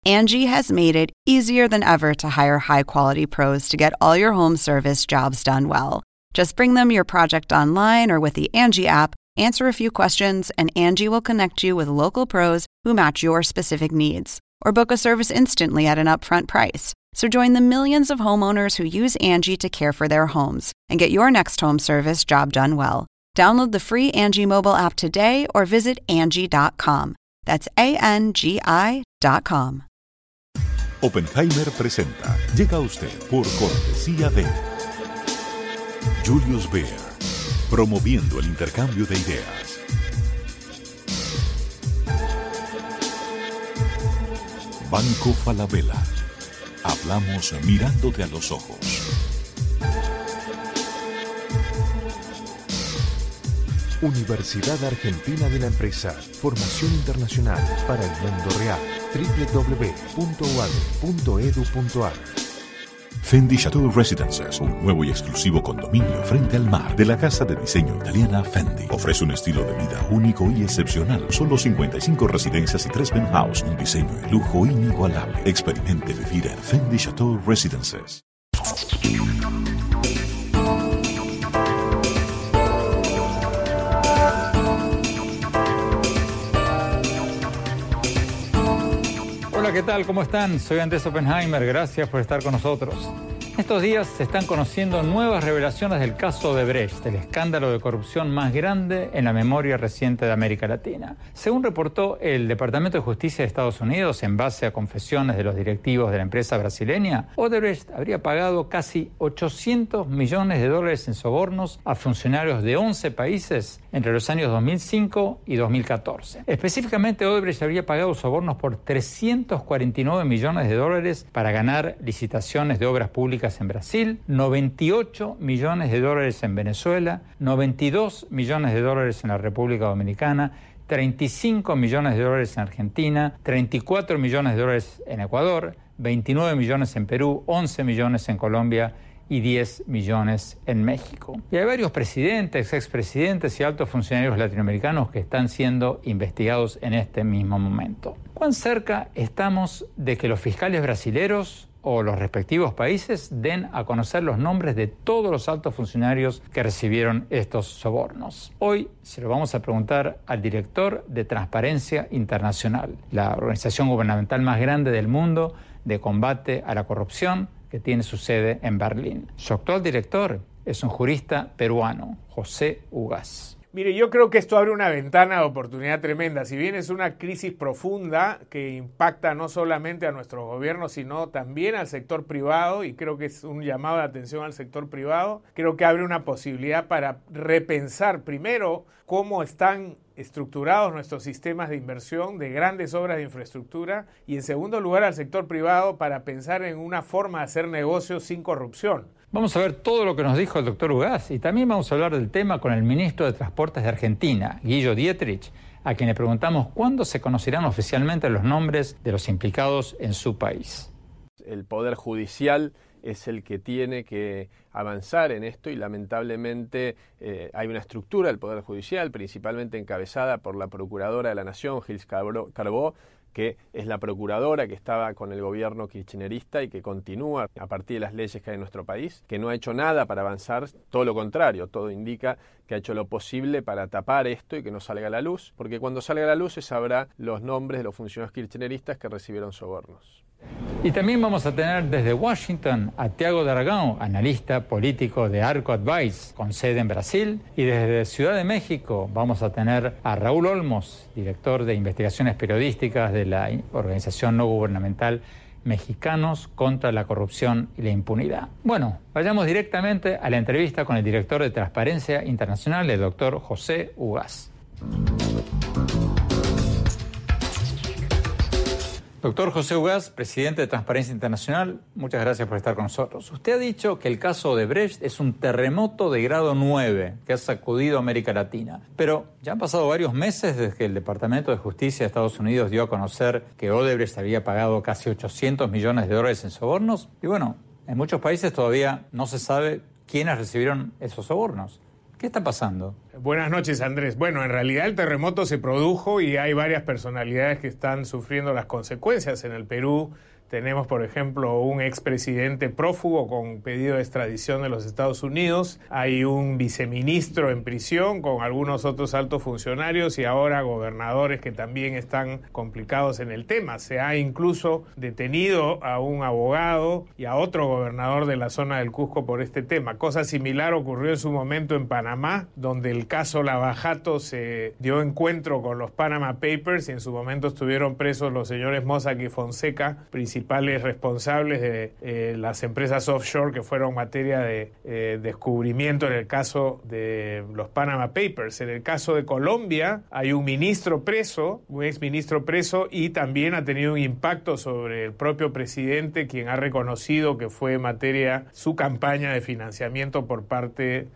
Angie has made it easier than ever to hire high-quality pros to get all your home service jobs done well. Just bring them your project online or with the Angie app, answer a few questions, and Angie will connect you with local pros who match your specific needs. Or book a service instantly at an upfront price. So join the millions of homeowners who use Angie to care for their homes and get your next home service job done well. Download the free Angie mobile app today or visit Angie.com. That's ANGI.com. Oppenheimer presenta. Llega a usted por cortesía de Julius Baer, promoviendo el intercambio de ideas. Banco Falabella. Hablamos mirándote a los ojos. Universidad Argentina de la Empresa. Formación internacional para el mundo real. www.uad.edu.ar. Fendi Chateau Residences, un nuevo y exclusivo condominio frente al mar de la casa de diseño italiana Fendi. Ofrece un estilo de vida único y excepcional. Solo 55 residencias y 3 penthouse, un diseño de lujo inigualable. Experimente vivir en Fendi Chateau Residences. Hola, ¿qué tal? ¿Cómo están? Soy Andrés Oppenheimer. Gracias por estar con nosotros. Estos días se están conociendo nuevas revelaciones del caso Odebrecht, el escándalo de corrupción más grande en la memoria reciente de América Latina. Según reportó el Departamento de Justicia de Estados Unidos, en base a confesiones de los directivos de la empresa brasileña, Odebrecht habría pagado casi $800 millones en sobornos a funcionarios de 11 países entre los años 2005 y 2014. Específicamente, Odebrecht habría pagado sobornos por $349 millones para ganar licitaciones de obras públicas en Brasil, $98 millones en Venezuela, $92 millones en la República Dominicana, $35 millones en Argentina, $34 millones en Ecuador, 29 millones en Perú, 11 millones en Colombia y 10 millones en México. Y hay varios presidentes, expresidentes y altos funcionarios latinoamericanos que están siendo investigados en este mismo momento. ¿Cuán cerca estamos de que los fiscales brasileros o los respectivos países den a conocer los nombres de todos los altos funcionarios que recibieron estos sobornos? Hoy se lo vamos a preguntar al director de Transparencia Internacional, la organización gubernamental más grande del mundo de combate a la corrupción, que tiene su sede en Berlín. Su actual director es un jurista peruano, José Ugaz. Mire, yo creo que esto abre una ventana de oportunidad tremenda. Si bien es una crisis profunda que impacta no solamente a nuestros gobiernos, sino también al sector privado, y creo que es un llamado de atención al sector privado, creo que abre una posibilidad para repensar primero cómo están estructurados nuestros sistemas de inversión de grandes obras de infraestructura y en segundo lugar al sector privado para pensar en una forma de hacer negocios sin corrupción. Vamos a ver todo lo que nos dijo el doctor Ugaz y también vamos a hablar del tema con el ministro de Transportes de Argentina, Guido Dietrich, a quien le preguntamos cuándo se conocerán oficialmente los nombres de los implicados en su país. El Poder Judicial es el que tiene que avanzar en esto y lamentablemente hay una estructura del Poder Judicial, principalmente encabezada por la Procuradora de la Nación, Gils Carbó, que es la procuradora que estaba con el gobierno kirchnerista y que continúa a partir de las leyes que hay en nuestro país, que no ha hecho nada para avanzar, todo lo contrario, todo indica que ha hecho lo posible para tapar esto y que no salga a la luz, porque cuando salga a la luz se sabrá los nombres de los funcionarios kirchneristas que recibieron sobornos. Y también vamos a tener desde Washington a Tiago Dragão, analista político de Arco Advice, con sede en Brasil. Y desde Ciudad de México vamos a tener a Raúl Olmos, director de investigaciones periodísticas de la organización no gubernamental Mexicanos contra la Corrupción y la Impunidad. Bueno, vayamos directamente a la entrevista con el director de Transparencia Internacional, el doctor José Ugaz. Doctor José Ugaz, presidente de Transparencia Internacional, muchas gracias por estar con nosotros. Usted ha dicho que el caso Odebrecht es un terremoto de grado 9 que ha sacudido a América Latina. Pero ya han pasado varios meses desde que el Departamento de Justicia de Estados Unidos dio a conocer que Odebrecht había pagado casi $800 millones en sobornos. Y bueno, en muchos países todavía no se sabe quiénes recibieron esos sobornos. ¿Qué está pasando? Buenas noches, Andrés. Bueno, en realidad el terremoto se produjo y hay varias personalidades que están sufriendo las consecuencias en el Perú. Tenemos, por ejemplo, un expresidente prófugo con pedido de extradición de los Estados Unidos. Hay un viceministro en prisión con algunos otros altos funcionarios y ahora gobernadores que también están complicados en el tema. Se ha incluso detenido a un abogado y a otro gobernador de la zona del Cusco por este tema. Cosa similar ocurrió en su momento en Panamá, donde el caso Lava Jato se dio encuentro con los Panama Papers y en su momento estuvieron presos los señores Mossack y Fonseca, principales responsables de las empresas offshore que fueron materia de descubrimiento en el caso de los Panama Papers. En el caso de Colombia hay un ministro preso, un exministro preso, y también ha tenido un impacto sobre el propio presidente, quien ha reconocido que fue materia su campaña de financiamiento por parte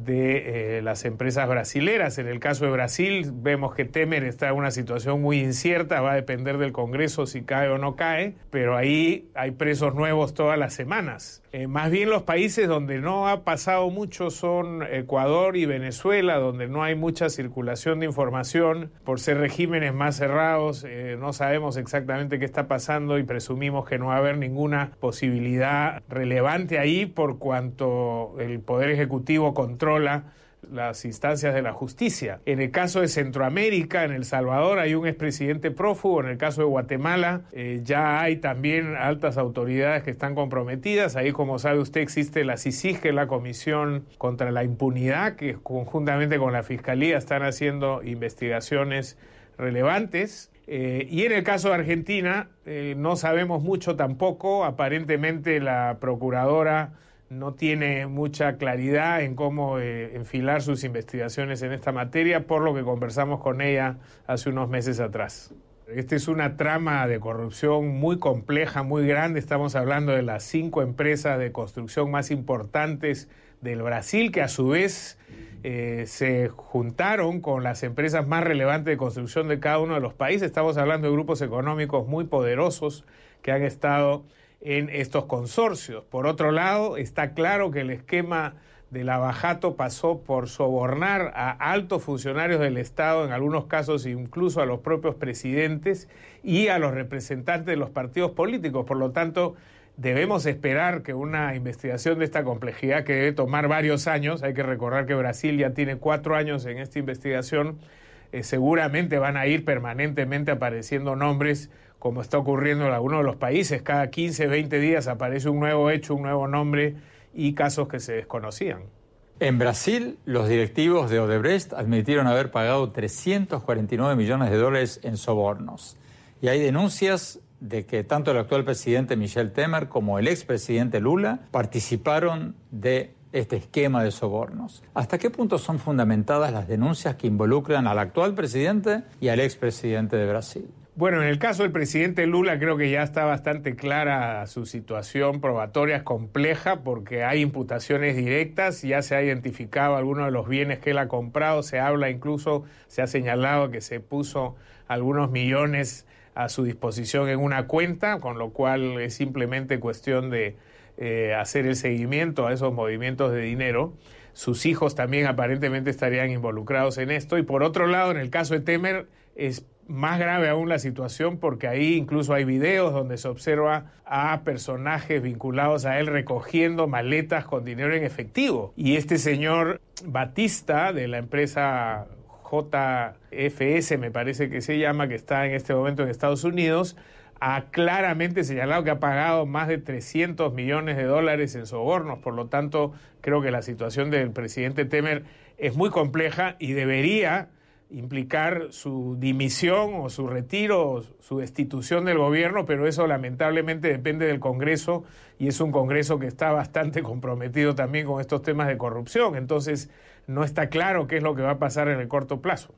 de las empresas brasileras. En el caso de Brasil vemos que Temer está en una situación muy incierta, va a depender del Congreso si cae o no cae, pero ahí hay presos nuevos todas las semanas. Más bien los países donde no ha pasado mucho son Ecuador y Venezuela, donde no hay mucha circulación de información por ser regímenes más cerrados. No sabemos exactamente qué está pasando y presumimos que no va a haber ninguna posibilidad relevante ahí por cuanto el Poder Ejecutivo controla las instancias de la justicia. En el caso de Centroamérica, en El Salvador, hay un expresidente prófugo. En el caso de Guatemala, ya hay también altas autoridades que están comprometidas. Ahí, como sabe usted, existe la CICIG, que es la Comisión contra la Impunidad, que conjuntamente con la Fiscalía están haciendo investigaciones relevantes. Y en el caso de Argentina, no sabemos mucho tampoco. Aparentemente la procuradora no tiene mucha claridad en cómo enfilar sus investigaciones en esta materia, por lo que conversamos con ella hace unos meses atrás. Esta es una trama de corrupción muy compleja, muy grande. Estamos hablando de las 5 empresas de construcción más importantes del Brasil, que a su vez se juntaron con las empresas más relevantes de construcción de cada uno de los países. Estamos hablando de grupos económicos muy poderosos que han estado en estos consorcios. Por otro lado, está claro que el esquema de Lava Jato pasó por sobornar a altos funcionarios del Estado, en algunos casos incluso a los propios presidentes y a los representantes de los partidos políticos. Por lo tanto, debemos esperar que una investigación de esta complejidad, que debe tomar varios años, hay que recordar que Brasil ya tiene 4 años en esta investigación, seguramente van a ir permanentemente apareciendo nombres, como está ocurriendo en algunos de los países. Cada 15, 20 días aparece un nuevo hecho, un nuevo nombre y casos que se desconocían. En Brasil, los directivos de Odebrecht admitieron haber pagado $349 millones en sobornos. Y hay denuncias de que tanto el actual presidente Michel Temer como el expresidente Lula participaron de este esquema de sobornos. ¿Hasta qué punto son fundamentadas las denuncias que involucran al actual presidente y al expresidente de Brasil? Bueno, en el caso del presidente Lula creo que ya está bastante clara su situación probatoria, es compleja porque hay imputaciones directas, ya se ha identificado algunos de los bienes que él ha comprado, se habla incluso, se ha señalado que se puso algunos millones a su disposición en una cuenta, con lo cual es simplemente cuestión de hacer el seguimiento a esos movimientos de dinero. Sus hijos también aparentemente estarían involucrados en esto. Y por otro lado, en el caso de Temer es más grave aún la situación porque ahí incluso hay videos donde se observa a personajes vinculados a él recogiendo maletas con dinero en efectivo. Y este señor Batista, de la empresa JFS, me parece que se llama, que está en este momento en Estados Unidos, ha claramente señalado que ha pagado más de $300 millones en sobornos. Por lo tanto, creo que la situación del presidente Temer es muy compleja y debería implicar su dimisión o su retiro o su destitución del gobierno, pero eso lamentablemente depende del Congreso y es un Congreso que está bastante comprometido también con estos temas de corrupción. Entonces, no está claro qué es lo que va a pasar en el corto plazo.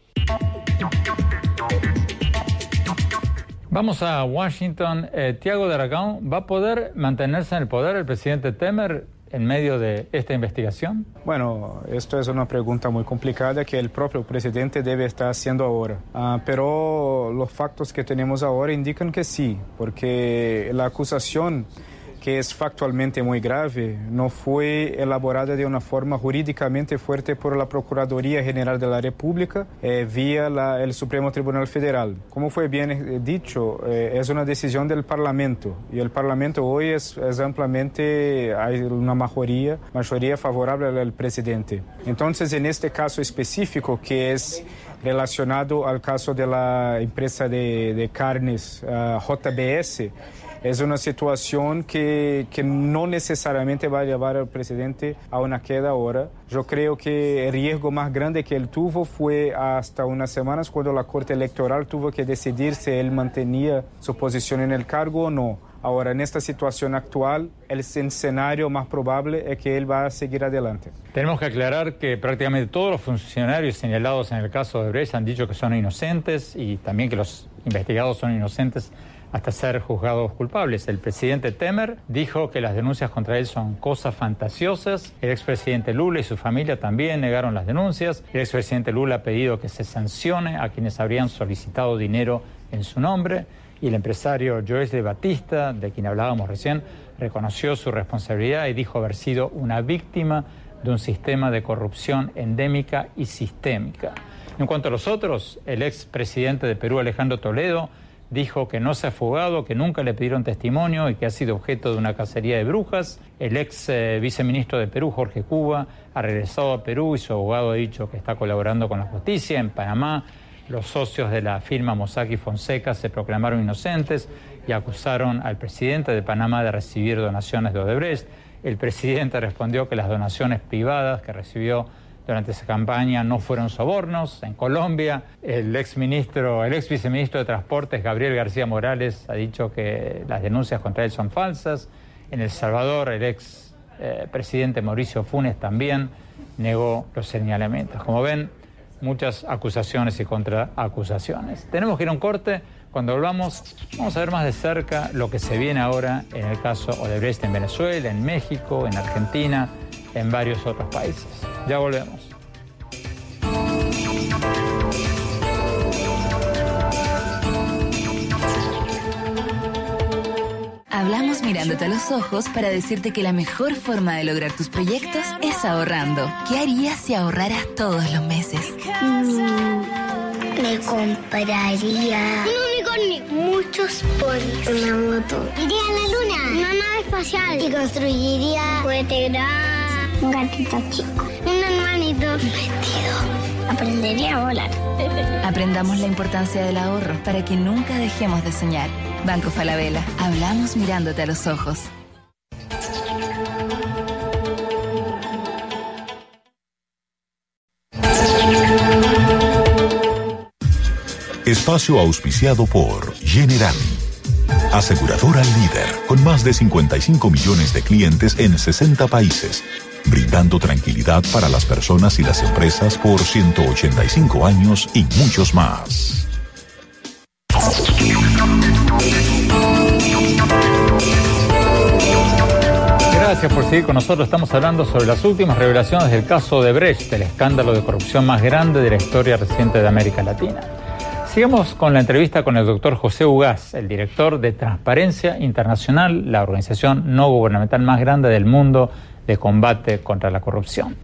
Vamos a Washington. Thiago de Aragão, ¿va a poder mantenerse en el poder el presidente Temer en medio de esta investigación? Bueno, esto es una pregunta muy complicada que el propio presidente debe estar haciendo ahora. Pero los factos que tenemos ahora indican que sí, porque la acusación que es factualmente muy grave, no fue elaborada de una forma jurídicamente fuerte por la Procuraduría General de la República vía el Supremo Tribunal Federal. Como fue bien dicho, es una decisión del Parlamento y el Parlamento hoy es ampliamente, hay una mayoría favorable al presidente. Entonces, en este caso específico que es relacionado al caso de la empresa de carnes JBS, es una situación que no necesariamente va a llevar al presidente a una queda ahora. Yo creo que el riesgo más grande que él tuvo fue hasta unas semanas cuando la Corte Electoral tuvo que decidir si él mantenía su posición en el cargo o no. Ahora, en esta situación actual, el escenario más probable es que él va a seguir adelante. Tenemos que aclarar que prácticamente todos los funcionarios señalados en el caso de Brecht han dicho que son inocentes y también que los investigados son inocentes hasta ser juzgados culpables. El presidente Temer dijo que las denuncias contra él son cosas fantasiosas. El expresidente Lula y su familia también negaron las denuncias. El expresidente Lula ha pedido que se sancione a quienes habrían solicitado dinero en su nombre. Y el empresario Joesley Batista, de quien hablábamos recién, reconoció su responsabilidad y dijo haber sido una víctima de un sistema de corrupción endémica y sistémica. En cuanto a los otros, el expresidente de Perú, Alejandro Toledo, dijo que no se ha fugado, que nunca le pidieron testimonio y que ha sido objeto de una cacería de brujas. El ex viceministro de Perú, Jorge Cuba, ha regresado a Perú y su abogado ha dicho que está colaborando con la justicia. En Panamá, los socios de la firma Mossack y Fonseca se proclamaron inocentes y acusaron al presidente de Panamá de recibir donaciones de Odebrecht. El presidente respondió que las donaciones privadas que recibió durante esa campaña no fueron sobornos. En Colombia, el ex viceministro de Transportes, Gabriel García Morales, ha dicho que las denuncias contra él son falsas. En El Salvador, el ex presidente Mauricio Funes también negó los señalamientos. Como ven, muchas acusaciones y contraacusaciones. Tenemos que ir a un corte. Cuando volvamos, vamos a ver más de cerca lo que se viene ahora en el caso Odebrecht en Venezuela, en México, en Argentina, en varios otros países. Ya volvemos. Hablamos mirándote a los ojos para decirte que la mejor forma de lograr tus proyectos es ahorrando. ¿Qué harías si ahorraras todos los meses? Me compraría muchos ponis, una moto. Iría a la luna, una nave espacial. Y construiría un juguete grande, un gatito chico, un hermanito, un vestido. Aprendería a volar. Aprendamos la importancia del ahorro para que nunca dejemos de soñar. Banco Falabella. Hablamos mirándote a los ojos. Espacio auspiciado por Generali, aseguradora líder con más de 55 millones de clientes en 60 países, brindando tranquilidad para las personas y las empresas por 185 años y muchos más. Gracias por seguir con nosotros. Estamos hablando sobre las últimas revelaciones del caso Odebrecht, el escándalo de corrupción más grande de la historia reciente de América Latina. Sigamos con la entrevista con el doctor José Ugaz, el director de Transparencia Internacional, la organización no gubernamental más grande del mundo de combate contra la corrupción.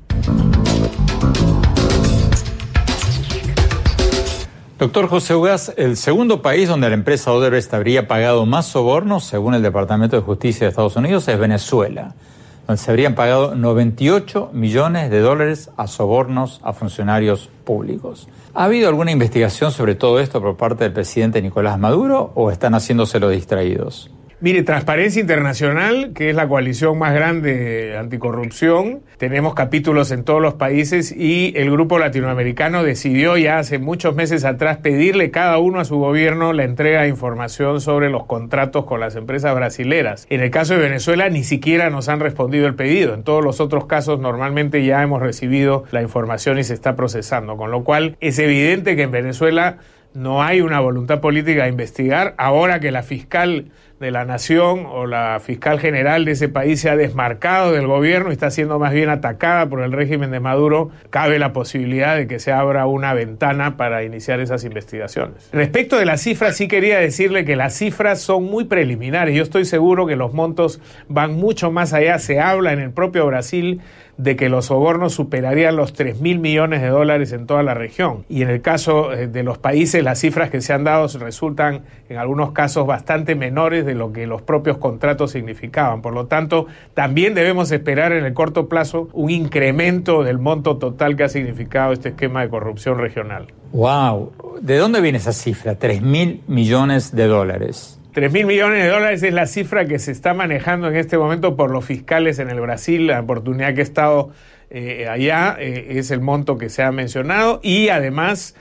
Doctor José Ugaz, el segundo país donde la empresa Odebrecht habría pagado más sobornos, según el Departamento de Justicia de Estados Unidos, es Venezuela, donde se habrían pagado $98 millones a sobornos a funcionarios públicos. ¿Ha habido alguna investigación sobre todo esto por parte del presidente Nicolás Maduro o están haciéndose los distraídos? Mire, Transparencia Internacional, que es la coalición más grande anticorrupción, tenemos capítulos en todos los países y el grupo latinoamericano decidió ya hace muchos meses atrás pedirle cada uno a su gobierno la entrega de información sobre los contratos con las empresas brasileras. En el caso de Venezuela ni siquiera nos han respondido el pedido. En todos los otros casos normalmente ya hemos recibido la información y se está procesando, con lo cual es evidente que en Venezuela no hay una voluntad política de investigar, ahora que la fiscal de la nación o la fiscal general de ese país se ha desmarcado del gobierno y está siendo más bien atacada por el régimen de Maduro, cabe la posibilidad de que se abra una ventana para iniciar esas investigaciones. Respecto de las cifras, sí quería decirle que las cifras son muy preliminares. Yo estoy seguro que los montos van mucho más allá. Se habla en el propio Brasil de que los sobornos superarían los 3.000 millones de dólares en toda la región. Y en el caso de los países, las cifras que se han dado resultan en algunos casos bastante menores de lo que los propios contratos significaban. Por lo tanto, también debemos esperar en el corto plazo un incremento del monto total que ha significado este esquema de corrupción regional. ¡Wow! ¿De dónde viene esa cifra? 3.000 millones de dólares. 3.000 millones de dólares es la cifra que se está manejando en este momento por los fiscales en el Brasil. La oportunidad que he estado allá es el monto que se ha mencionado y además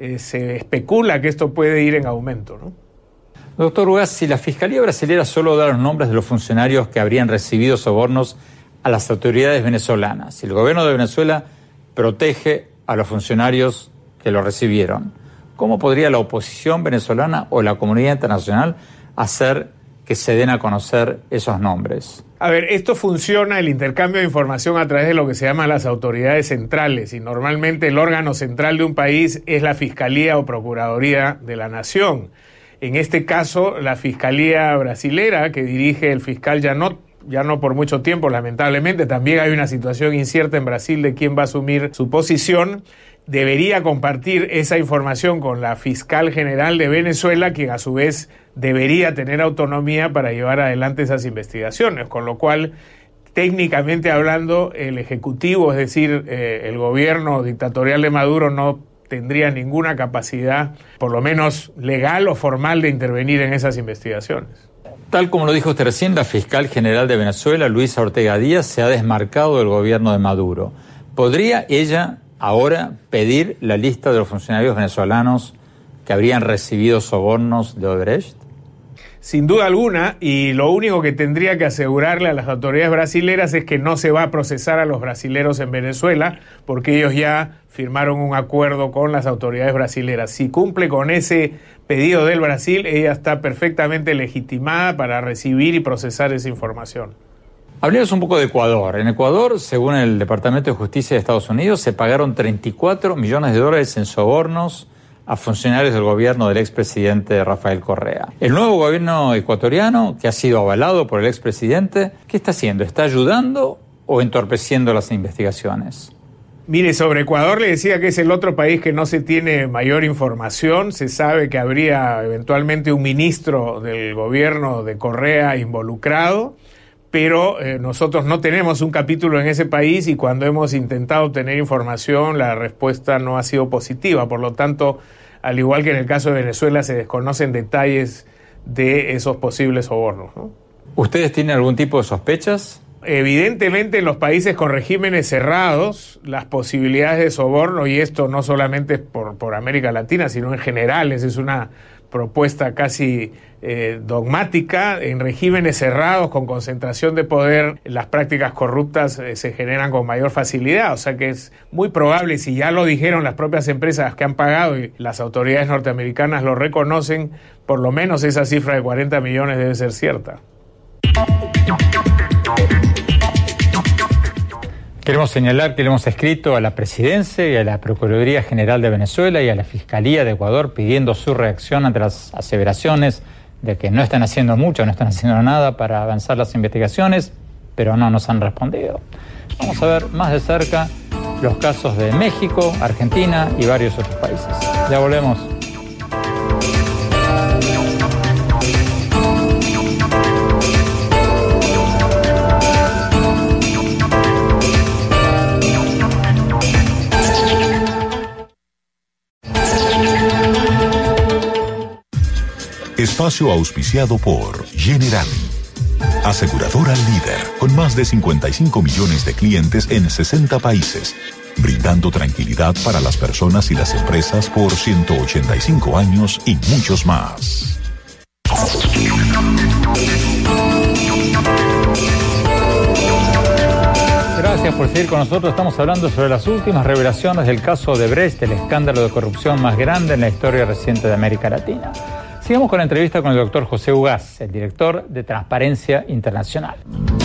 se especula que esto puede ir en aumento, ¿no? Doctor Ugaz, si la Fiscalía Brasilera solo da los nombres de los funcionarios que habrían recibido sobornos a las autoridades venezolanas, si el gobierno de Venezuela protege a los funcionarios que lo recibieron, ¿cómo podría la oposición venezolana o la comunidad internacional hacer que se den a conocer esos nombres? A ver, esto funciona, el intercambio de información a través de lo que se llaman las autoridades centrales, y normalmente el órgano central de un país es la Fiscalía o Procuraduría de la Nación. En este caso, la Fiscalía brasilera, que dirige el fiscal ya no por mucho tiempo, lamentablemente, también hay una situación incierta en Brasil de quién va a asumir su posición, debería compartir esa información con la fiscal general de Venezuela, quien a su vez debería tener autonomía para llevar adelante esas investigaciones, con lo cual, técnicamente hablando, el Ejecutivo, es decir, el gobierno dictatorial de Maduro, no tendría ninguna capacidad, por lo menos legal o formal, de intervenir en esas investigaciones. Tal como lo dijo usted recién, la fiscal general de Venezuela, Luisa Ortega Díaz, se ha desmarcado del gobierno de Maduro. ¿Podría ella ahora pedir la lista de los funcionarios venezolanos que habrían recibido sobornos de Odebrecht? Sin duda alguna, y lo único que tendría que asegurarle a las autoridades brasileras es que no se va a procesar a los brasileros en Venezuela, porque ellos ya firmaron un acuerdo con las autoridades brasileras. Si cumple con ese pedido del Brasil, ella está perfectamente legitimada para recibir y procesar esa información. Hablemos un poco de Ecuador. En Ecuador, según el Departamento de Justicia de Estados Unidos, se pagaron 34 millones de dólares en sobornos a funcionarios del gobierno del expresidente Rafael Correa. El nuevo gobierno ecuatoriano, que ha sido avalado por el expresidente, ¿qué está haciendo? ¿Está ayudando o entorpeciendo las investigaciones? Mire, sobre Ecuador le decía que es el otro país que no se tiene mayor información. Se sabe que habría eventualmente un ministro del gobierno de Correa involucrado, pero nosotros no tenemos un capítulo en ese país y cuando hemos intentado obtener información la respuesta no ha sido positiva. Por lo tanto, al igual que en el caso de Venezuela, se desconocen detalles de esos posibles sobornos, ¿no? ¿Ustedes tienen algún tipo de sospechas? Evidentemente en los países con regímenes cerrados las posibilidades de soborno, y esto no solamente por América Latina, sino en general, esa es una propuesta casi dogmática, en regímenes cerrados con concentración de poder, las prácticas corruptas se generan con mayor facilidad, o sea que es muy probable, si ya lo dijeron las propias empresas que han pagado y las autoridades norteamericanas lo reconocen, por lo menos esa cifra de 40 millones debe ser cierta. Queremos señalar que le hemos escrito a la Presidencia y a la Procuraduría General de Venezuela y a la Fiscalía de Ecuador pidiendo su reacción ante las aseveraciones de que no están haciendo mucho, no están haciendo nada para avanzar las investigaciones, pero no nos han respondido. Vamos a ver más de cerca los casos de México, Argentina y varios otros países. Ya volvemos. Espacio auspiciado por Generali, aseguradora líder con más de 55 millones de clientes en 60 países, brindando tranquilidad para las personas y las empresas por 185 años y muchos más. Gracias por seguir con nosotros. Estamos hablando sobre las últimas revelaciones del caso Odebrecht, el escándalo de corrupción más grande en la historia reciente de América Latina. Sigamos con la entrevista con el doctor José Ugaz, el director de Transparencia Internacional.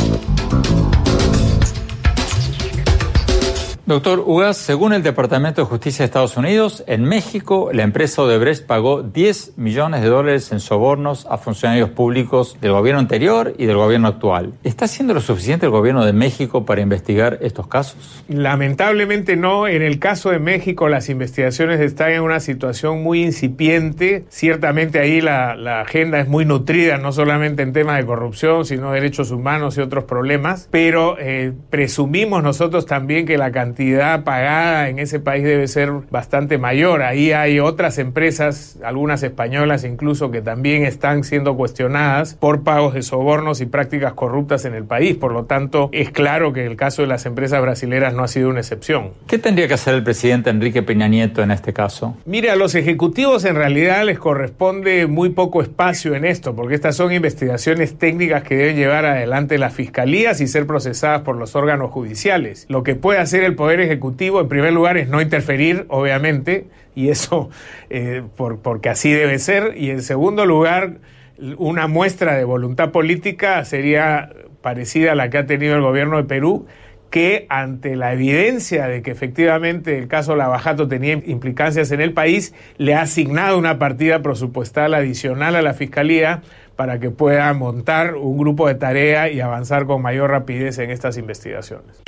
Doctor Ugaz, según el Departamento de Justicia de Estados Unidos, en México la empresa Odebrecht pagó $10 millones en sobornos a funcionarios públicos del gobierno anterior y del gobierno actual. ¿Está haciendo lo suficiente el gobierno de México para investigar estos casos? Lamentablemente no. En el caso de México las investigaciones están en una situación muy incipiente. Ciertamente ahí la agenda es muy nutrida, no solamente en temas de corrupción, sino derechos humanos y otros problemas. Pero presumimos nosotros también que la cantidad pagada en ese país debe ser bastante mayor. Ahí hay otras empresas, algunas españolas incluso, que también están siendo cuestionadas por pagos de sobornos y prácticas corruptas en el país. Por lo tanto, es claro que el caso de las empresas brasileras no ha sido una excepción. ¿Qué tendría que hacer el presidente Enrique Peña Nieto en este caso? Mire, a los ejecutivos en realidad les corresponde muy poco espacio en esto, porque estas son investigaciones técnicas que deben llevar adelante las fiscalías y ser procesadas por los órganos judiciales. Lo que puede hacer el Poder Ejecutivo, en primer lugar, es no interferir, obviamente, y eso porque así debe ser, y en segundo lugar, una muestra de voluntad política sería parecida a la que ha tenido el gobierno de Perú, que ante la evidencia de que efectivamente el caso Lavajato tenía implicancias en el país, le ha asignado una partida presupuestal adicional a la Fiscalía para que pueda montar un grupo de tarea y avanzar con mayor rapidez en estas investigaciones.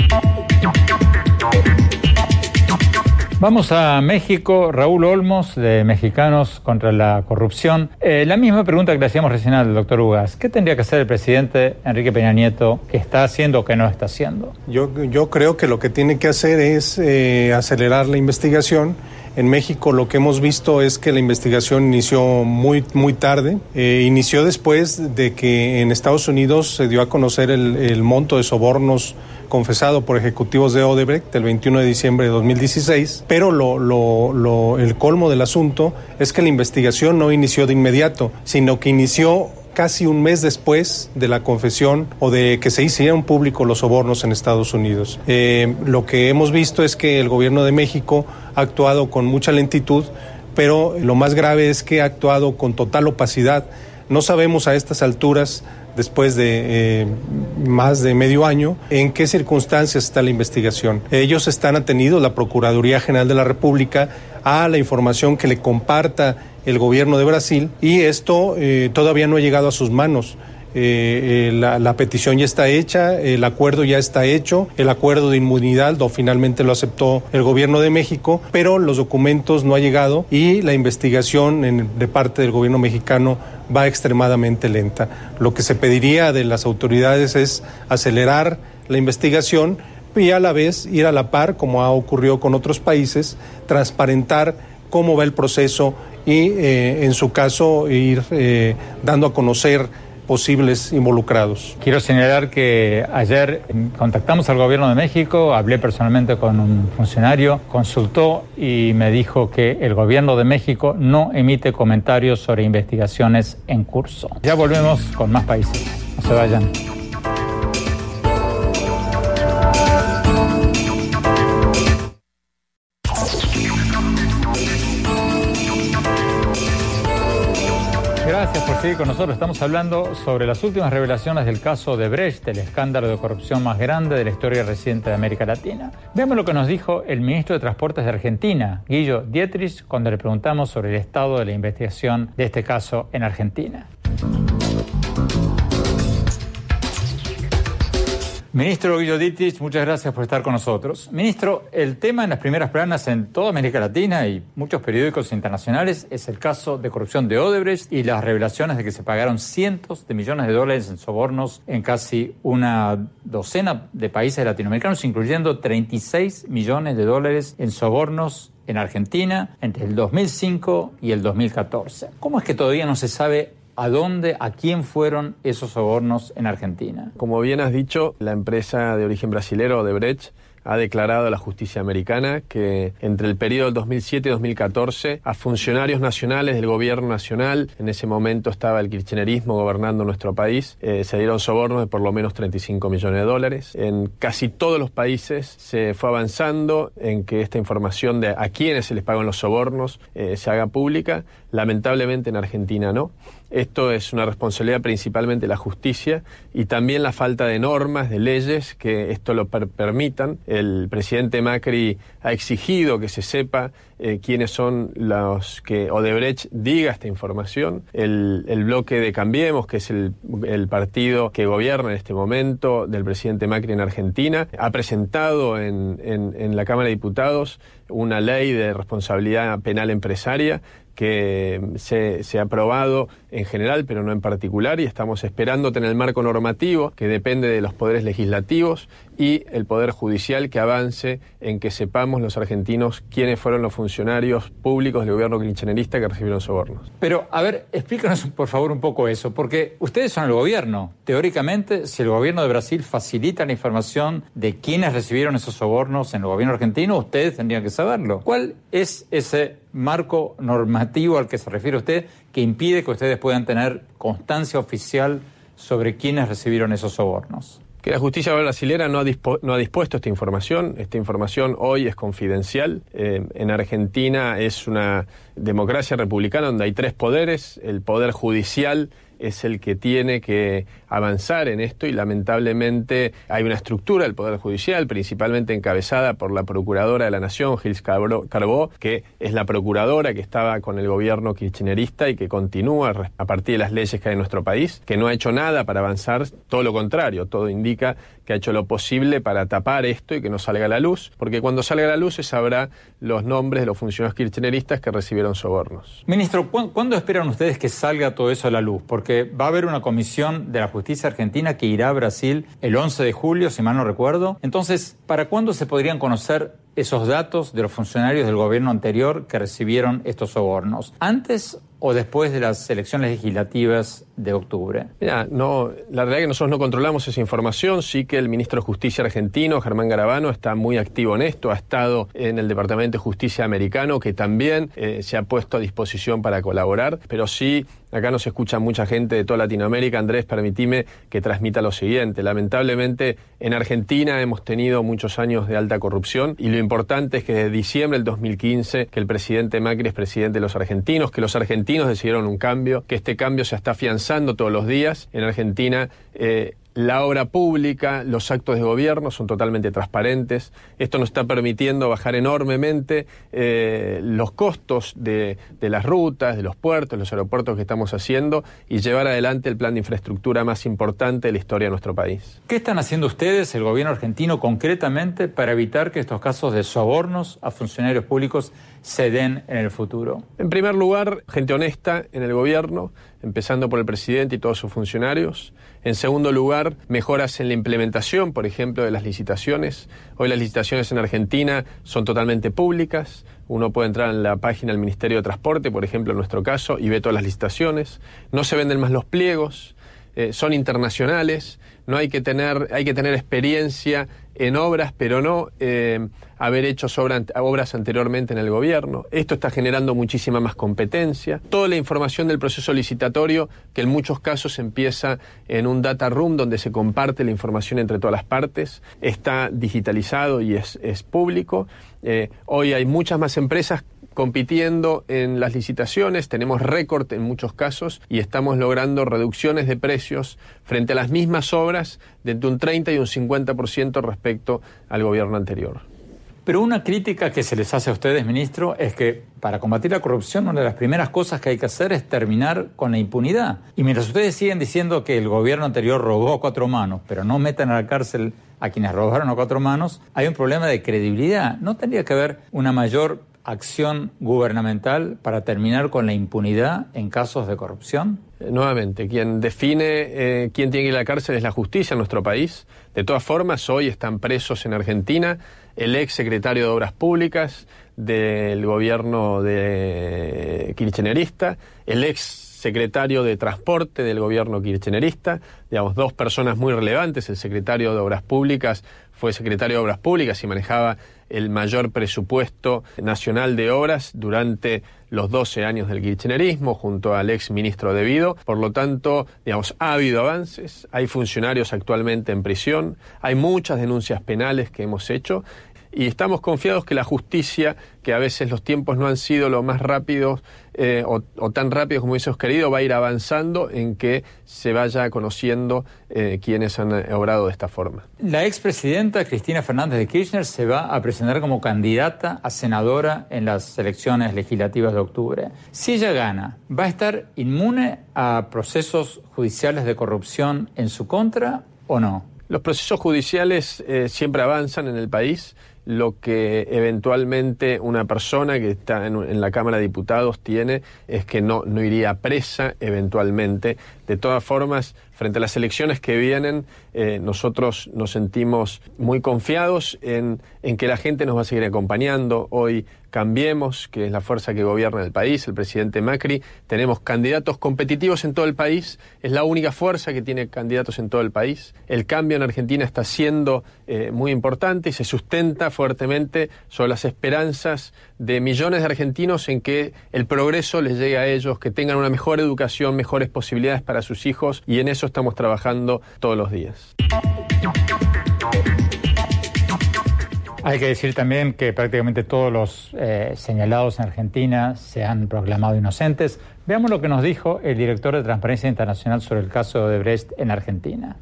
Vamos a México. Raúl Olmos, de Mexicanos contra la Corrupción. La misma pregunta que le hacíamos recién al doctor Ugaz. ¿Qué tendría que hacer el presidente Enrique Peña Nieto que está haciendo o que no está haciendo? Yo creo que lo que tiene que hacer es acelerar la investigación. En México lo que hemos visto es que la investigación inició muy tarde. Inició después de que en Estados Unidos se dio a conocer el monto de sobornos confesado por ejecutivos de Odebrecht el 21 de diciembre de 2016, pero el colmo del asunto es que la investigación no inició de inmediato, sino que inició casi un mes después de la confesión o de que se hicieran públicos los sobornos en Estados Unidos. Lo que hemos visto es que el gobierno de México ha actuado con mucha lentitud, pero lo más grave es que ha actuado con total opacidad. No sabemos a estas alturas, después de más de medio año, en qué circunstancias está la investigación. Ellos están atenidos, la Procuraduría General de la República, a la información que le comparta el gobierno de Brasil, y esto todavía no ha llegado a sus manos. La petición ya está hecha, el acuerdo ya está hecho, el acuerdo de inmunidad finalmente lo aceptó el gobierno de México, pero los documentos no han llegado y la investigación de parte del gobierno mexicano va extremadamente lenta. Lo que se pediría de las autoridades es acelerar la investigación y a la vez ir a la par, como ha ocurrido con otros países, transparentar cómo va el proceso y en su caso ir dando a conocer posibles involucrados. Quiero señalar que ayer contactamos al gobierno de México, hablé personalmente con un funcionario, consultó y me dijo que el gobierno de México no emite comentarios sobre investigaciones en curso. Ya volvemos con más países. No se vayan. Gracias por seguir con nosotros. Estamos hablando sobre las últimas revelaciones del caso Odebrecht, el escándalo de corrupción más grande de la historia reciente de América Latina. Veamos lo que nos dijo el ministro de Transportes de Argentina, Guillo Dietrich, cuando le preguntamos sobre el estado de la investigación de este caso en Argentina. Ministro Guillo Dietrich, muchas gracias por estar con nosotros. Ministro, el tema en las primeras planas en toda América Latina y muchos periódicos internacionales es el caso de corrupción de Odebrecht y las revelaciones de que se pagaron cientos de millones de dólares en sobornos en casi una docena de países latinoamericanos, incluyendo 36 millones de dólares en sobornos en Argentina entre el 2005 y el 2014. ¿Cómo es que todavía no se sabe a dónde, a quién fueron esos sobornos en Argentina? Como bien has dicho, la empresa de origen brasilero Odebrecht ha declarado la justicia americana que entre el periodo del 2007 y 2014 a funcionarios nacionales del gobierno nacional, en ese momento estaba el kirchnerismo gobernando nuestro país, se dieron sobornos de por lo menos $35 millones. En casi todos los países se fue avanzando en que esta información de a quiénes se les pagan los sobornos se haga pública. Lamentablemente en Argentina no. Esto es una responsabilidad principalmente de la justicia y también la falta de normas, de leyes que esto lo permitan. El presidente Macri ha exigido que se sepa quiénes son los que Odebrecht diga esta información. El bloque de Cambiemos, que es el partido que gobierna en este momento del presidente Macri en Argentina, ha presentado en la Cámara de Diputados una ley de responsabilidad penal empresaria que se ha aprobado en general, pero no en particular, y estamos esperando tener el marco normativo que depende de los poderes legislativos y el Poder Judicial que avance en que sepamos los argentinos quiénes fueron los funcionarios públicos del gobierno kirchnerista que recibieron sobornos. Pero, a ver, explícanos por favor un poco eso, porque ustedes son el gobierno. Teóricamente, si el gobierno de Brasil facilita la información de quiénes recibieron esos sobornos en el gobierno argentino, ustedes tendrían que saberlo. ¿Cuál es ese marco normativo al que se refiere usted que impide que ustedes puedan tener constancia oficial sobre quiénes recibieron esos sobornos? Que la justicia brasilera no ha dispuesto esta información. Esta información hoy es confidencial. En Argentina es una democracia republicana donde hay 3 poderes. El poder judicial es el que tiene que avanzar en esto y lamentablemente hay una estructura del Poder Judicial, principalmente encabezada por la Procuradora de la Nación, Gils Carbó, que es la procuradora que estaba con el gobierno kirchnerista y que continúa a partir de las leyes que hay en nuestro país, que no ha hecho nada para avanzar, todo lo contrario, todo indica que ha hecho lo posible para tapar esto y que no salga a la luz, porque cuando salga a la luz se sabrá los nombres de los funcionarios kirchneristas que recibieron sobornos. Ministro, ¿cuándo esperan ustedes que salga todo eso a la luz? Porque va a haber una comisión de la justicia argentina que irá a Brasil el 11 de julio, si mal no recuerdo. Entonces, ¿para cuándo se podrían conocer esos datos de los funcionarios del gobierno anterior que recibieron estos sobornos? ¿Antes o después de las elecciones legislativas de octubre? Mira, no, la realidad es que nosotros no controlamos esa información. Sí que el ministro de Justicia argentino, Germán Garabano, está muy activo en esto. Ha estado en el Departamento de Justicia americano, que también se ha puesto a disposición para colaborar. Pero sí, acá nos escucha mucha gente de toda Latinoamérica. Andrés, permitime que transmita lo siguiente. Lamentablemente, en Argentina hemos tenido muchos años de alta corrupción y lo importante es que desde diciembre del 2015, que el presidente Macri es presidente de los argentinos, que los argentinos decidieron un cambio, que este cambio se está afianzando todos los días. En Argentina la obra pública, los actos de gobierno son totalmente transparentes. Esto nos está permitiendo bajar enormemente los costos de las rutas, de los puertos, los aeropuertos que estamos haciendo y llevar adelante el plan de infraestructura más importante de la historia de nuestro país. ¿Qué están haciendo ustedes, el gobierno argentino, concretamente para evitar que estos casos de sobornos a funcionarios públicos se den en el futuro? En primer lugar, gente honesta en el gobierno, empezando por el presidente y todos sus funcionarios. En segundo lugar, mejoras en la implementación, por ejemplo, de las licitaciones. Hoy las licitaciones en Argentina son totalmente públicas. Uno puede entrar en la página del Ministerio de Transporte, por ejemplo, en nuestro caso, y ve todas las licitaciones. No se venden más los pliegos, son internacionales. No hay que tener experiencia en obras, pero no haber hecho obras anteriormente en el gobierno. Esto está generando muchísima más competencia. Toda la información del proceso licitatorio, que en muchos casos empieza en un data room donde se comparte la información entre todas las partes, está digitalizado y es público. Hoy hay muchas más empresas compitiendo en las licitaciones, tenemos récord en muchos casos y estamos logrando reducciones de precios frente a las mismas obras de entre un 30 y un 50% respecto al gobierno anterior. Pero una crítica que se les hace a ustedes, ministro, es que para combatir la corrupción una de las primeras cosas que hay que hacer es terminar con la impunidad. Y mientras ustedes siguen diciendo que el gobierno anterior robó a 4 manos, pero no metan a la cárcel a quienes robaron a 4 manos, hay un problema de credibilidad. ¿No tendría que haber una mayor acción gubernamental para terminar con la impunidad en casos de corrupción? Nuevamente, quien define quién tiene que ir a la cárcel es la justicia en nuestro país. De todas formas, hoy están presos en Argentina el ex secretario de Obras Públicas del gobierno kirchnerista, el ex secretario de Transporte del gobierno kirchnerista, digamos, dos personas muy relevantes. El secretario de Obras Públicas fue secretario de Obras Públicas y manejaba el mayor presupuesto nacional de obras durante los 12 años del kirchnerismo, junto al ex ministro De Vido. Por lo tanto, digamos, ha habido avances, hay funcionarios actualmente en prisión, hay muchas denuncias penales que hemos hecho, y estamos confiados que la justicia, que a veces los tiempos no han sido lo más rápidos o tan rápidos como hubiésemos querido, va a ir avanzando en que se vaya conociendo quienes han obrado de esta forma. La expresidenta Cristina Fernández de Kirchner se va a presentar como candidata a senadora en las elecciones legislativas de octubre. Si ella gana, ¿va a estar inmune a procesos judiciales de corrupción en su contra o no? Los procesos judiciales siempre avanzan en el país. Lo que eventualmente una persona que está en la Cámara de Diputados tiene es que no iría presa eventualmente. De todas formas, frente a las elecciones que vienen, nosotros nos sentimos muy confiados en que la gente nos va a seguir acompañando. Hoy Cambiemos, que es la fuerza que gobierna el país, el presidente Macri, tenemos candidatos competitivos en todo el país, es la única fuerza que tiene candidatos en todo el país. El cambio en Argentina está siendo muy importante y se sustenta fuertemente sobre las esperanzas de millones de argentinos en que el progreso les llegue a ellos, que tengan una mejor educación, mejores posibilidades para sus hijos, y en eso estamos trabajando todos los días. Hay que decir también que prácticamente todos los señalados en Argentina se han proclamado inocentes. Veamos lo que nos dijo el director de Transparencia Internacional sobre el caso de Odebrecht en Argentina.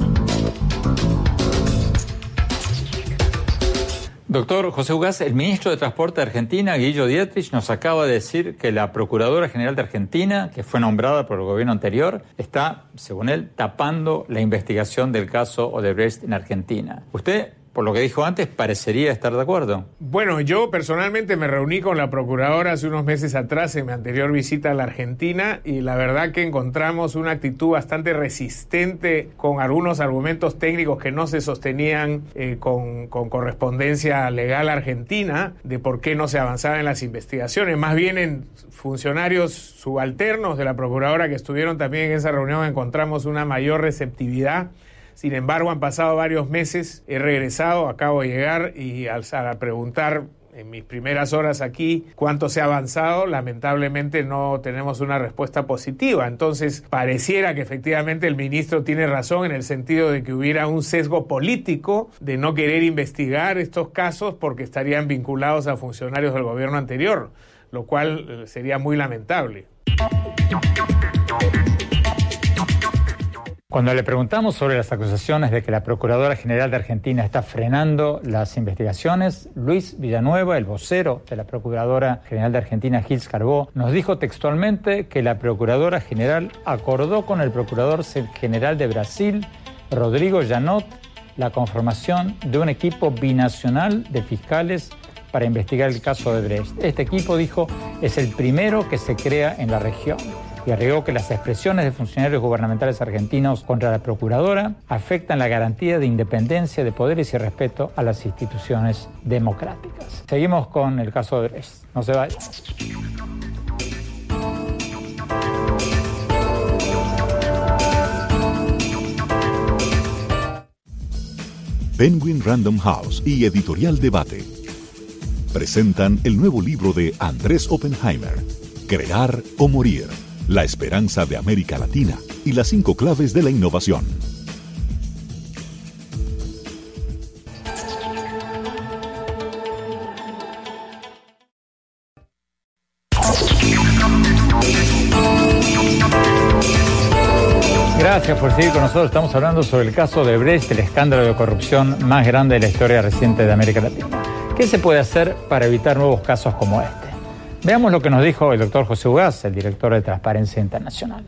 Doctor José Ugaz, el ministro de Transporte de Argentina, Guillo Dietrich, nos acaba de decir que la Procuradora General de Argentina, que fue nombrada por el gobierno anterior, está, según él, tapando la investigación del caso Odebrecht en Argentina. ¿Usted, por lo que dijo antes, parecería estar de acuerdo? Bueno, yo personalmente me reuní con la procuradora hace unos meses atrás en mi anterior visita a la Argentina, y la verdad que encontramos una actitud bastante resistente con algunos argumentos técnicos que no se sostenían con correspondencia legal argentina de por qué no se avanzaba en las investigaciones. Más bien en funcionarios subalternos de la procuradora que estuvieron también en esa reunión encontramos una mayor receptividad. Sin embargo, han pasado varios meses, he regresado, acabo de llegar, y al preguntar en mis primeras horas aquí cuánto se ha avanzado, lamentablemente no tenemos una respuesta positiva. Entonces, pareciera que efectivamente el ministro tiene razón en el sentido de que hubiera un sesgo político de no querer investigar estos casos porque estarían vinculados a funcionarios del gobierno anterior, lo cual sería muy lamentable. Cuando le preguntamos sobre las acusaciones de que la Procuradora General de Argentina está frenando las investigaciones, Luis Villanueva, el vocero de la Procuradora General de Argentina, Gils Carbó, nos dijo textualmente que la Procuradora General acordó con el Procurador General de Brasil, Rodrigo Janot, la conformación de un equipo binacional de fiscales para investigar el caso de Odebrecht. Este equipo, dijo, es el primero que se crea en la región. Y agregó que las expresiones de funcionarios gubernamentales argentinos contra la Procuradora afectan la garantía de independencia de poderes y respeto a las instituciones democráticas. Seguimos con el caso de Odebrecht. No se vaya. Penguin Random House y Editorial Debate presentan el nuevo libro de Andrés Oppenheimer, Crear o Morir. La esperanza de América Latina y las 5 claves de la innovación. Gracias por seguir con nosotros. Estamos hablando sobre el caso de Odebrecht, el escándalo de corrupción más grande de la historia reciente de América Latina. ¿Qué se puede hacer para evitar nuevos casos como este? Veamos lo que nos dijo el doctor José Ugaz, el director de Transparencia Internacional.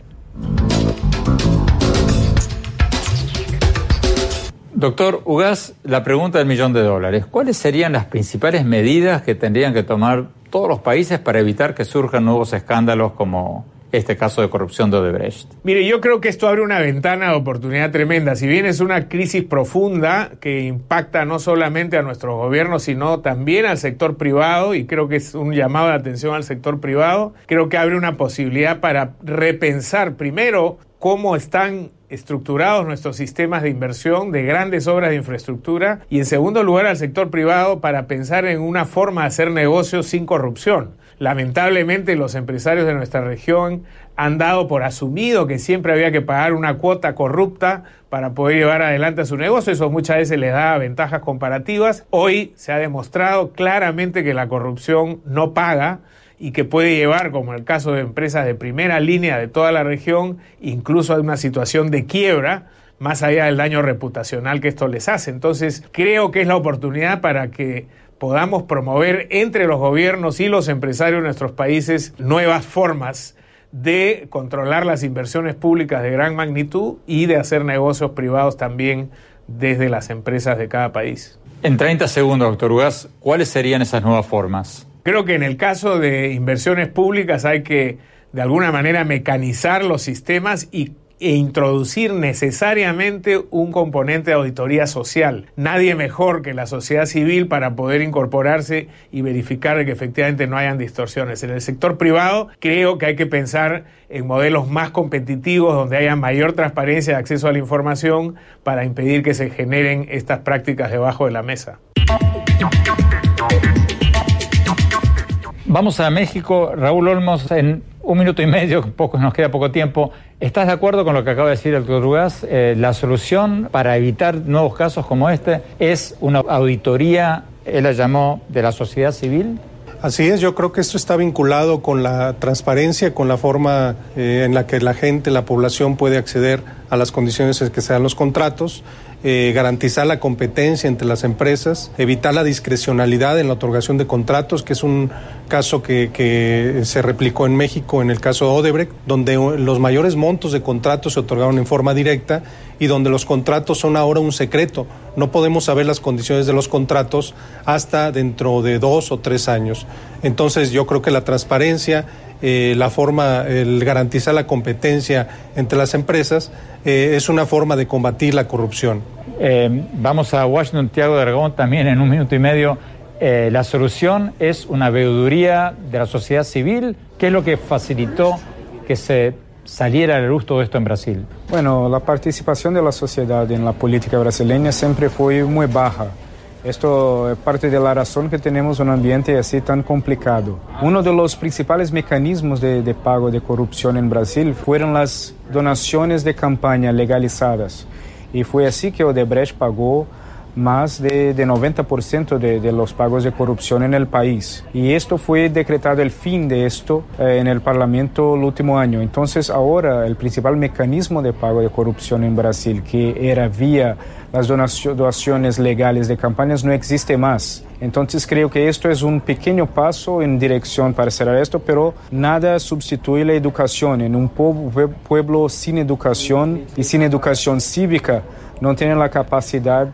Doctor Ugaz, la pregunta del $1.000.000. ¿Cuáles serían las principales medidas que tendrían que tomar todos los países para evitar que surjan nuevos escándalos como este caso de corrupción de Odebrecht? Mire, yo creo que esto abre una ventana de oportunidad tremenda. Si bien es una crisis profunda que impacta no solamente a nuestros gobiernos, sino también al sector privado, y creo que es un llamado de atención al sector privado, creo que abre una posibilidad para repensar primero cómo están estructurados nuestros sistemas de inversión de grandes obras de infraestructura, y en segundo lugar al sector privado para pensar en una forma de hacer negocios sin corrupción. Lamentablemente los empresarios de nuestra región han dado por asumido que siempre había que pagar una cuota corrupta para poder llevar adelante su negocio. Eso muchas veces les da ventajas comparativas. Hoy se ha demostrado claramente que la corrupción no paga y que puede llevar, como en el caso de empresas de primera línea de toda la región, incluso a una situación de quiebra, más allá del daño reputacional que esto les hace. Entonces, creo que es la oportunidad para que podamos promover entre los gobiernos y los empresarios de nuestros países nuevas formas de controlar las inversiones públicas de gran magnitud y de hacer negocios privados también desde las empresas de cada país. En 30 segundos, doctor Ugaz, ¿cuáles serían esas nuevas formas? Creo que en el caso de inversiones públicas hay que, de alguna manera, mecanizar los sistemas e introducir necesariamente un componente de auditoría social. Nadie mejor que la sociedad civil para poder incorporarse y verificar que efectivamente no hayan distorsiones. En el sector privado creo que hay que pensar en modelos más competitivos donde haya mayor transparencia y acceso a la información para impedir que se generen estas prácticas debajo de la mesa. Vamos a México. Raúl Olmos, en 1 minuto y medio, nos queda poco tiempo. ¿Estás de acuerdo con lo que acaba de decir el doctor Ugaz? La solución para evitar nuevos casos como este es una auditoría, él la llamó, de la sociedad civil. Así es, yo creo que esto está vinculado con la transparencia, con la forma en la que la gente, la población puede acceder a las condiciones en que se dan los contratos, garantizar la competencia entre las empresas, evitar la discrecionalidad en la otorgación de contratos, que es un caso que se replicó en México en el caso de Odebrecht, donde los mayores montos de contratos se otorgaron en forma directa y donde los contratos son ahora un secreto. No podemos saber las condiciones de los contratos hasta dentro de 2 o 3 años. Entonces yo creo que la transparencia, la forma, el garantizar la competencia entre las empresas es una forma de combatir la corrupción. Vamos a Washington. Tiago de Aragón, también en 1 minuto y medio. La solución es una veeduría de la sociedad civil. ¿Qué es lo que facilitó que se saliera a la luz todo esto en Brasil? Bueno, la participación de la sociedad en la política brasileña siempre fue muy baja. Esto es parte de la razón que tenemos un ambiente así tan complicado. Uno de los principales mecanismos de pago de corrupción en Brasil fueron las donaciones de campaña legalizadas. Y fue así que Odebrecht pagó más de 90% de los pagos de corrupción en el país. Y esto fue decretado el fin de esto en el Parlamento el último año. Entonces ahora el principal mecanismo de pago de corrupción en Brasil, que era vía las donaciones legales de campañas, no existe más. Entonces creo que esto es un pequeño paso en dirección para cerrar esto, pero nada sustituye la educación. En un pueblo sin educación y sin educación cívica no tiene la capacidad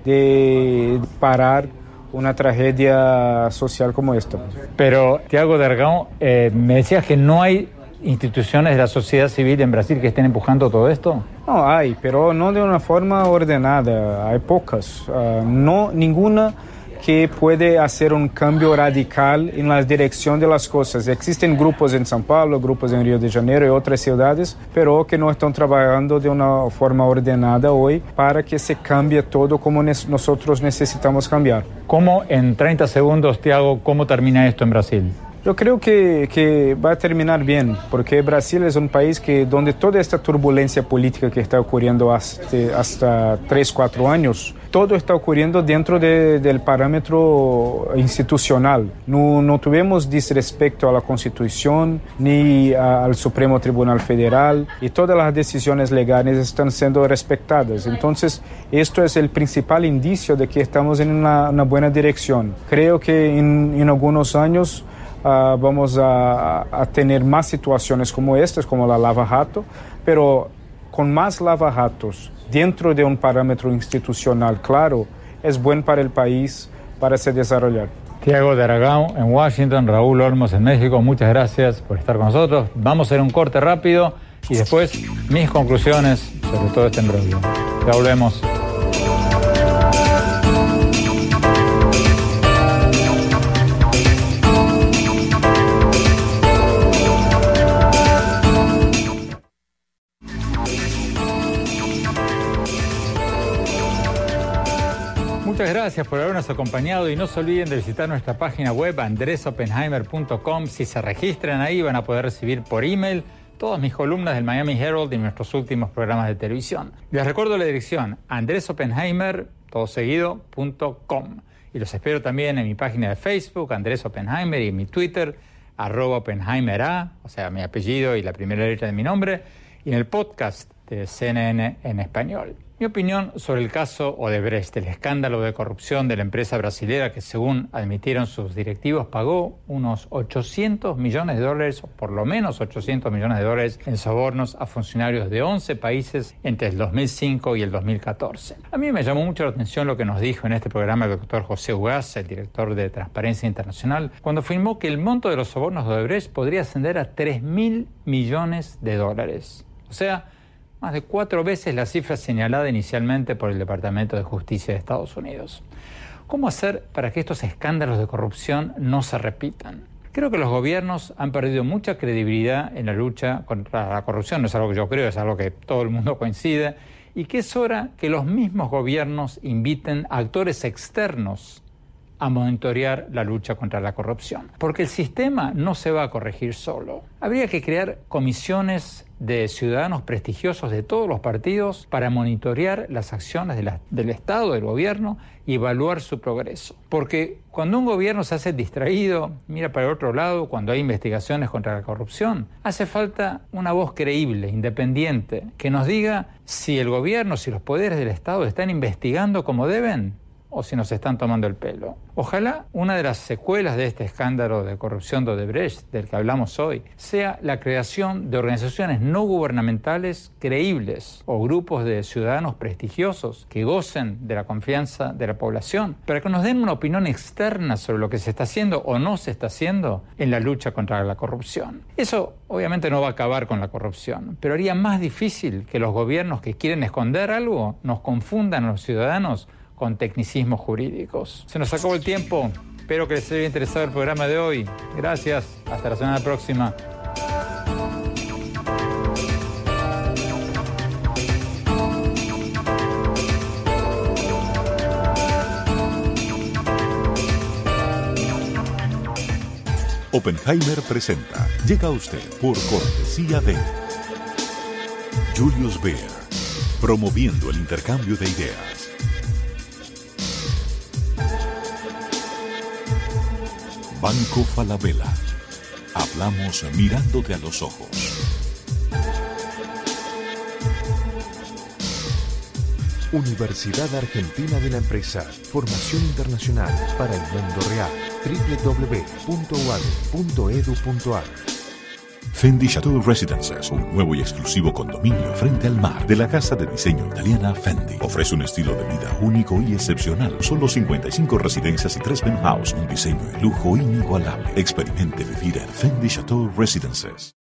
de parar una tragedia social como esta. Pero, Tiago de Aragón, me decías que no hay instituciones de la sociedad civil en Brasil que estén empujando todo esto. No hay, pero no de una forma ordenada. Hay pocas, no ninguna que puede hacer un cambio radical en la dirección de las cosas. Existen grupos en São Paulo, grupos en Río de Janeiro y otras ciudades, pero que no están trabajando de una forma ordenada hoy para que se cambie todo como nosotros necesitamos cambiar. ¿Cómo, en 30 segundos, Tiago, cómo termina esto en Brasil? Yo creo que va a terminar bien, porque Brasil es un país donde toda esta turbulencia política que está ocurriendo hasta 3-4 años, todo está ocurriendo dentro del parámetro institucional. No tuvimos disrespecto a la Constitución ni al Supremo Tribunal Federal, y todas las decisiones legales están siendo respetadas. Entonces, esto es el principal indicio de que estamos en una buena dirección. Creo que en algunos años vamos a tener más situaciones como estas, como la Lava Jato, pero con más Lava Jatos dentro de un parámetro institucional claro, es bueno para el país para se desarrollar. Tiago de Aragão en Washington, Raúl Olmos en México, muchas gracias por estar con nosotros. Vamos a hacer un corte rápido y después mis conclusiones sobre todo este embrollo. Ya volvemos. Muchas gracias por habernos acompañado y no se olviden de visitar nuestra página web andresopenheimer.com. Si se registran ahí van a poder recibir por email todas mis columnas del Miami Herald y nuestros últimos programas de televisión. Les recuerdo la dirección andresopenheimer.com y los espero también en mi página de Facebook, Andrés Oppenheimer, y en mi Twitter, @OppenheimerA, o sea, mi apellido y la primera letra de mi nombre, y en el podcast de CNN en español. Mi opinión sobre el caso Odebrecht, el escándalo de corrupción de la empresa brasilera que, según admitieron sus directivos, pagó unos $800 millones, o por lo menos $800 millones en sobornos a funcionarios de 11 países entre el 2005 y el 2014. A mí me llamó mucho la atención lo que nos dijo en este programa el doctor José Ugaz, el director de Transparencia Internacional, cuando afirmó que el monto de los sobornos de Odebrecht podría ascender a $3.000 millones. O sea, más de 4 veces la cifra señalada inicialmente por el Departamento de Justicia de Estados Unidos. ¿Cómo hacer para que estos escándalos de corrupción no se repitan? Creo que los gobiernos han perdido mucha credibilidad en la lucha contra la corrupción. No es algo que yo creo, es algo que todo el mundo coincide. Y que es hora que los mismos gobiernos inviten a actores externos a monitorear la lucha contra la corrupción. Porque el sistema no se va a corregir solo. Habría que crear comisiones de ciudadanos prestigiosos de todos los partidos para monitorear las acciones del Estado, del gobierno, y evaluar su progreso. Porque cuando un gobierno se hace distraído, mira para el otro lado, cuando hay investigaciones contra la corrupción, hace falta una voz creíble, independiente, que nos diga si el gobierno, si los poderes del Estado están investigando como deben, o si nos están tomando el pelo. Ojalá una de las secuelas de este escándalo de corrupción de Odebrecht, del que hablamos hoy, sea la creación de organizaciones no gubernamentales creíbles o grupos de ciudadanos prestigiosos que gocen de la confianza de la población, para que nos den una opinión externa sobre lo que se está haciendo o no se está haciendo en la lucha contra la corrupción. Eso obviamente no va a acabar con la corrupción, pero haría más difícil que los gobiernos que quieren esconder algo nos confundan a los ciudadanos con tecnicismos jurídicos. Se nos acabó el tiempo. Espero que les haya interesado el programa de hoy. Gracias. Hasta la semana próxima. Oppenheimer presenta. Llega a usted por cortesía de Julius Baer, promoviendo el intercambio de ideas. Banco Falabella. Hablamos mirándote a los ojos. Universidad Argentina de la Empresa. Formación internacional para el mundo real. www.uad.edu.ar. Fendi Chateau Residences, un nuevo y exclusivo condominio frente al mar de la casa de diseño italiana Fendi. Ofrece un estilo de vida único y excepcional. Solo 55 residencias y 3 penthouse, un diseño de lujo inigualable. Experimente vivir en Fendi Chateau Residences.